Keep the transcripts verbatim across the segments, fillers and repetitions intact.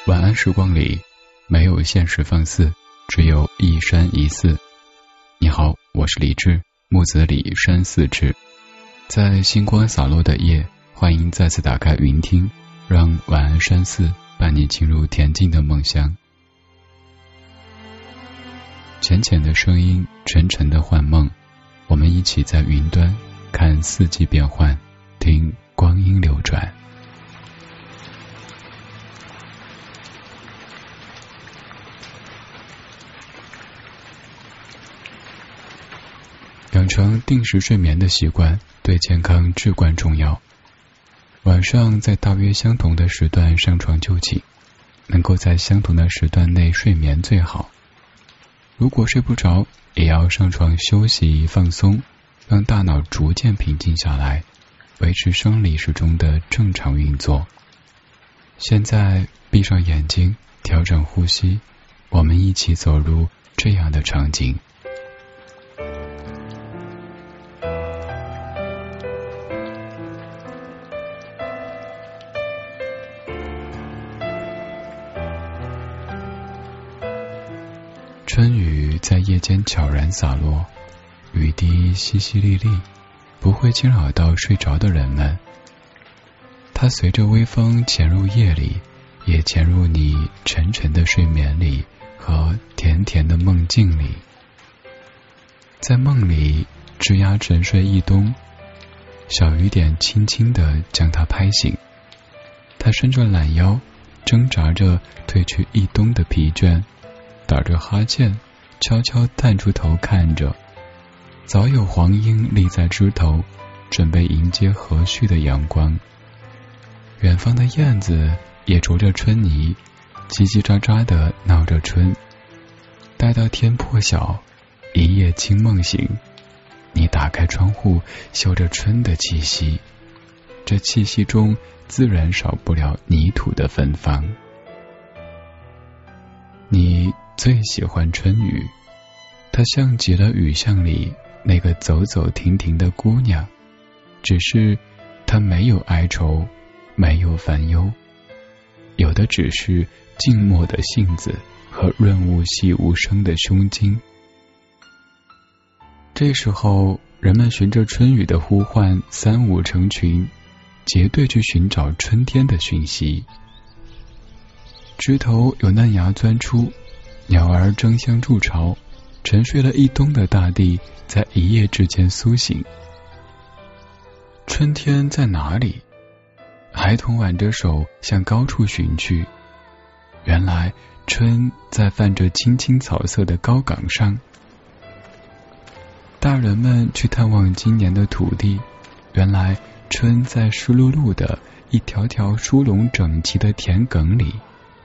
晚安时光里，没有现实放肆，只有一山一寺。你好，我是李志，木子李，山寺志。在星光洒落的夜，欢迎再次打开云听，让晚安山寺伴你进入恬静的梦乡。浅浅的声音，沉沉的幻梦，我们一起在云端看四季变换，听光阴流转。养成定时睡眠的习惯对健康至关重要。晚上在大约相同的时段上床就寝，能够在相同的时段内睡眠最好。如果睡不着，也要上床休息放松，让大脑逐渐平静下来，维持生理时钟的正常运作。现在闭上眼睛，调整呼吸，我们一起走入这样的场景。春雨在夜间悄然洒落，雨滴淅淅沥沥，不会惊扰到睡着的人们。它随着微风潜入夜里，也潜入你沉沉的睡眠里和甜甜的梦境里。在梦里吱呀沉睡一冬，小雨点轻轻地将它拍醒。它伸着懒腰，挣扎着褪去一冬的疲倦，打着哈欠，悄悄探出头看着。早有黄莺立在枝头，准备迎接和煦的阳光。远方的燕子也着着春泥，叽叽喳喳地闹着春。待到天破晓，一夜清梦醒，你打开窗户，嗅着春的气息。这气息中自然少不了泥土的芬芳。你最喜欢春雨，它像极了雨巷里那个走走停停的姑娘，只是她没有哀愁，没有烦忧，有的只是静默的性子和润物细无声的胸襟。这时候，人们循着春雨的呼唤，三五成群，结队去寻找春天的讯息。枝头有嫩芽钻出，鸟儿争相筑巢，沉睡了一冬的大地在一夜之间苏醒。春天在哪里？孩童挽着手向高处寻去。原来春在泛着青青草色的高岗上。大人们去探望今年的土地，原来春在湿漉漉的一条条疏拢整齐的田埂里。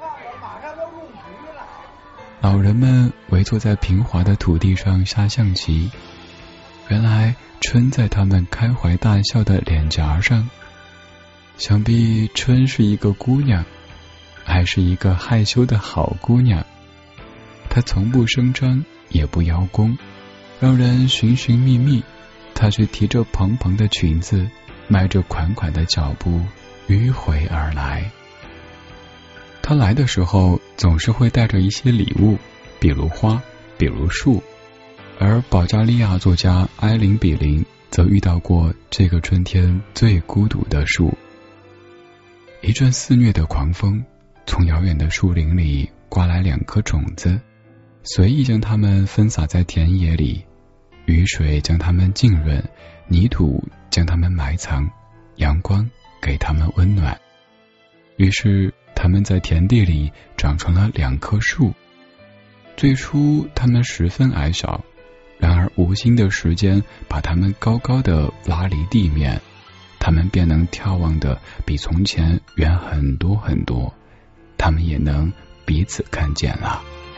老人们围坐在平滑的土地上下象棋，原来春在他们开怀大笑的脸颊上。想必春是一个姑娘，还是一个害羞的好姑娘。她从不声张，也不邀功，让人寻寻觅觅，她却提着蓬蓬的裙子，迈着款款的脚步迂回而来。他来的时候总是会带着一些礼物，比如花，比如树。而保加利亚作家埃琳·比林则遇到过这个春天最孤独的树。一阵肆虐的狂风从遥远的树林里刮来两颗种子，随意将它们分撒在田野里。雨水将它们浸润，泥土将它们埋藏，阳光给它们温暖。于是它们在田地里长成了两棵树。最初它们十分矮小，然而无心的时间把它们高高的拉离地面，它们便能眺望的比从前远很多很多，它们也能彼此看见了。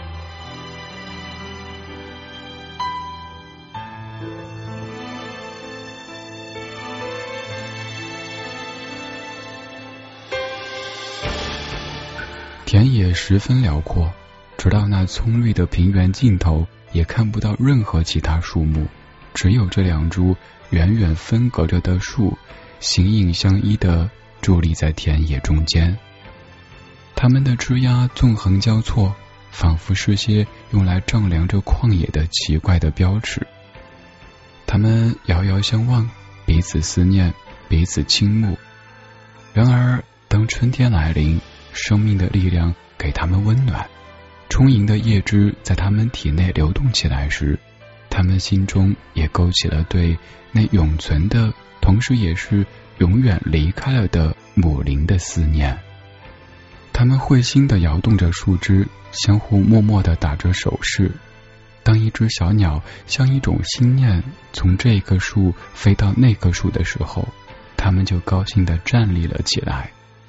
田野十分辽阔，直到那葱绿的平原尽头也看不到任何其他树木，只有这两株远远分隔着的树，形影相依地伫立在田野中间。它它们的枝桠纵横交错，仿佛是些用来丈量着旷野的奇怪的标尺。它们遥遥相望，彼此思念，彼此倾慕。然而当春天来临，生命的力量给它们温暖，充盈的叶汁在它们体内流动起来时，它们心中也勾起了对那永存的，同时也是永远离开了的母林的思念。它们会心地摇动着树枝，相互默默地打着手势。当一只小鸟像一种心念从这棵树飞到那棵树的时候，它们就高兴地站立了起来。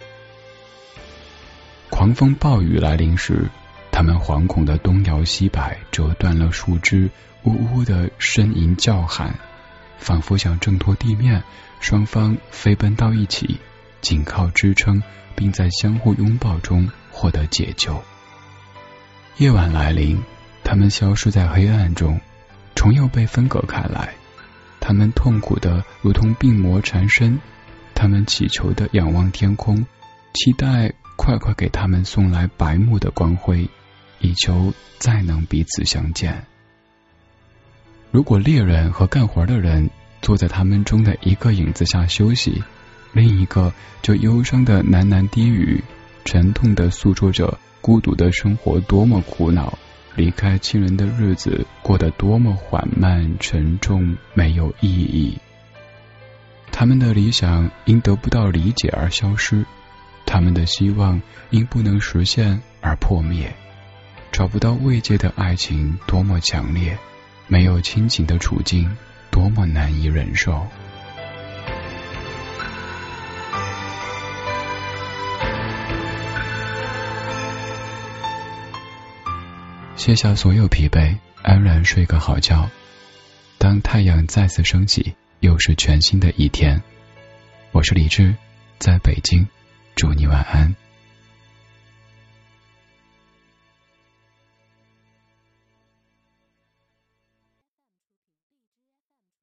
狂风暴雨来临时，它们惶恐地东摇西摆，折断了树枝，呜呜地呻吟叫喊，仿佛想挣脱地面，双方飞奔到一起，紧靠支撑，并在相互拥抱中获得解救。夜晚来临，他们消失在黑暗中，虫又被分隔开来。他们痛苦的如同病魔缠身，他们祈求的仰望天空，期待快快给他们送来白幕的光辉，以求再能彼此相见。如果猎人和干活的人坐在他们中的一个影子下休息，另一个就忧伤的喃喃低语，沉痛的诉说着孤独的生活多么苦恼，离开亲人的日子过得多么缓慢沉重，没有意义。他们的理想因得不到理解而消失，他们的希望因不能实现而破灭。找不到慰藉的爱情多么强烈，没有亲情的处境多么难以忍受。卸下所有疲惫，安然睡个好觉。当太阳再次升起，又是全新的一天。我是李志，在北京，祝你晚安。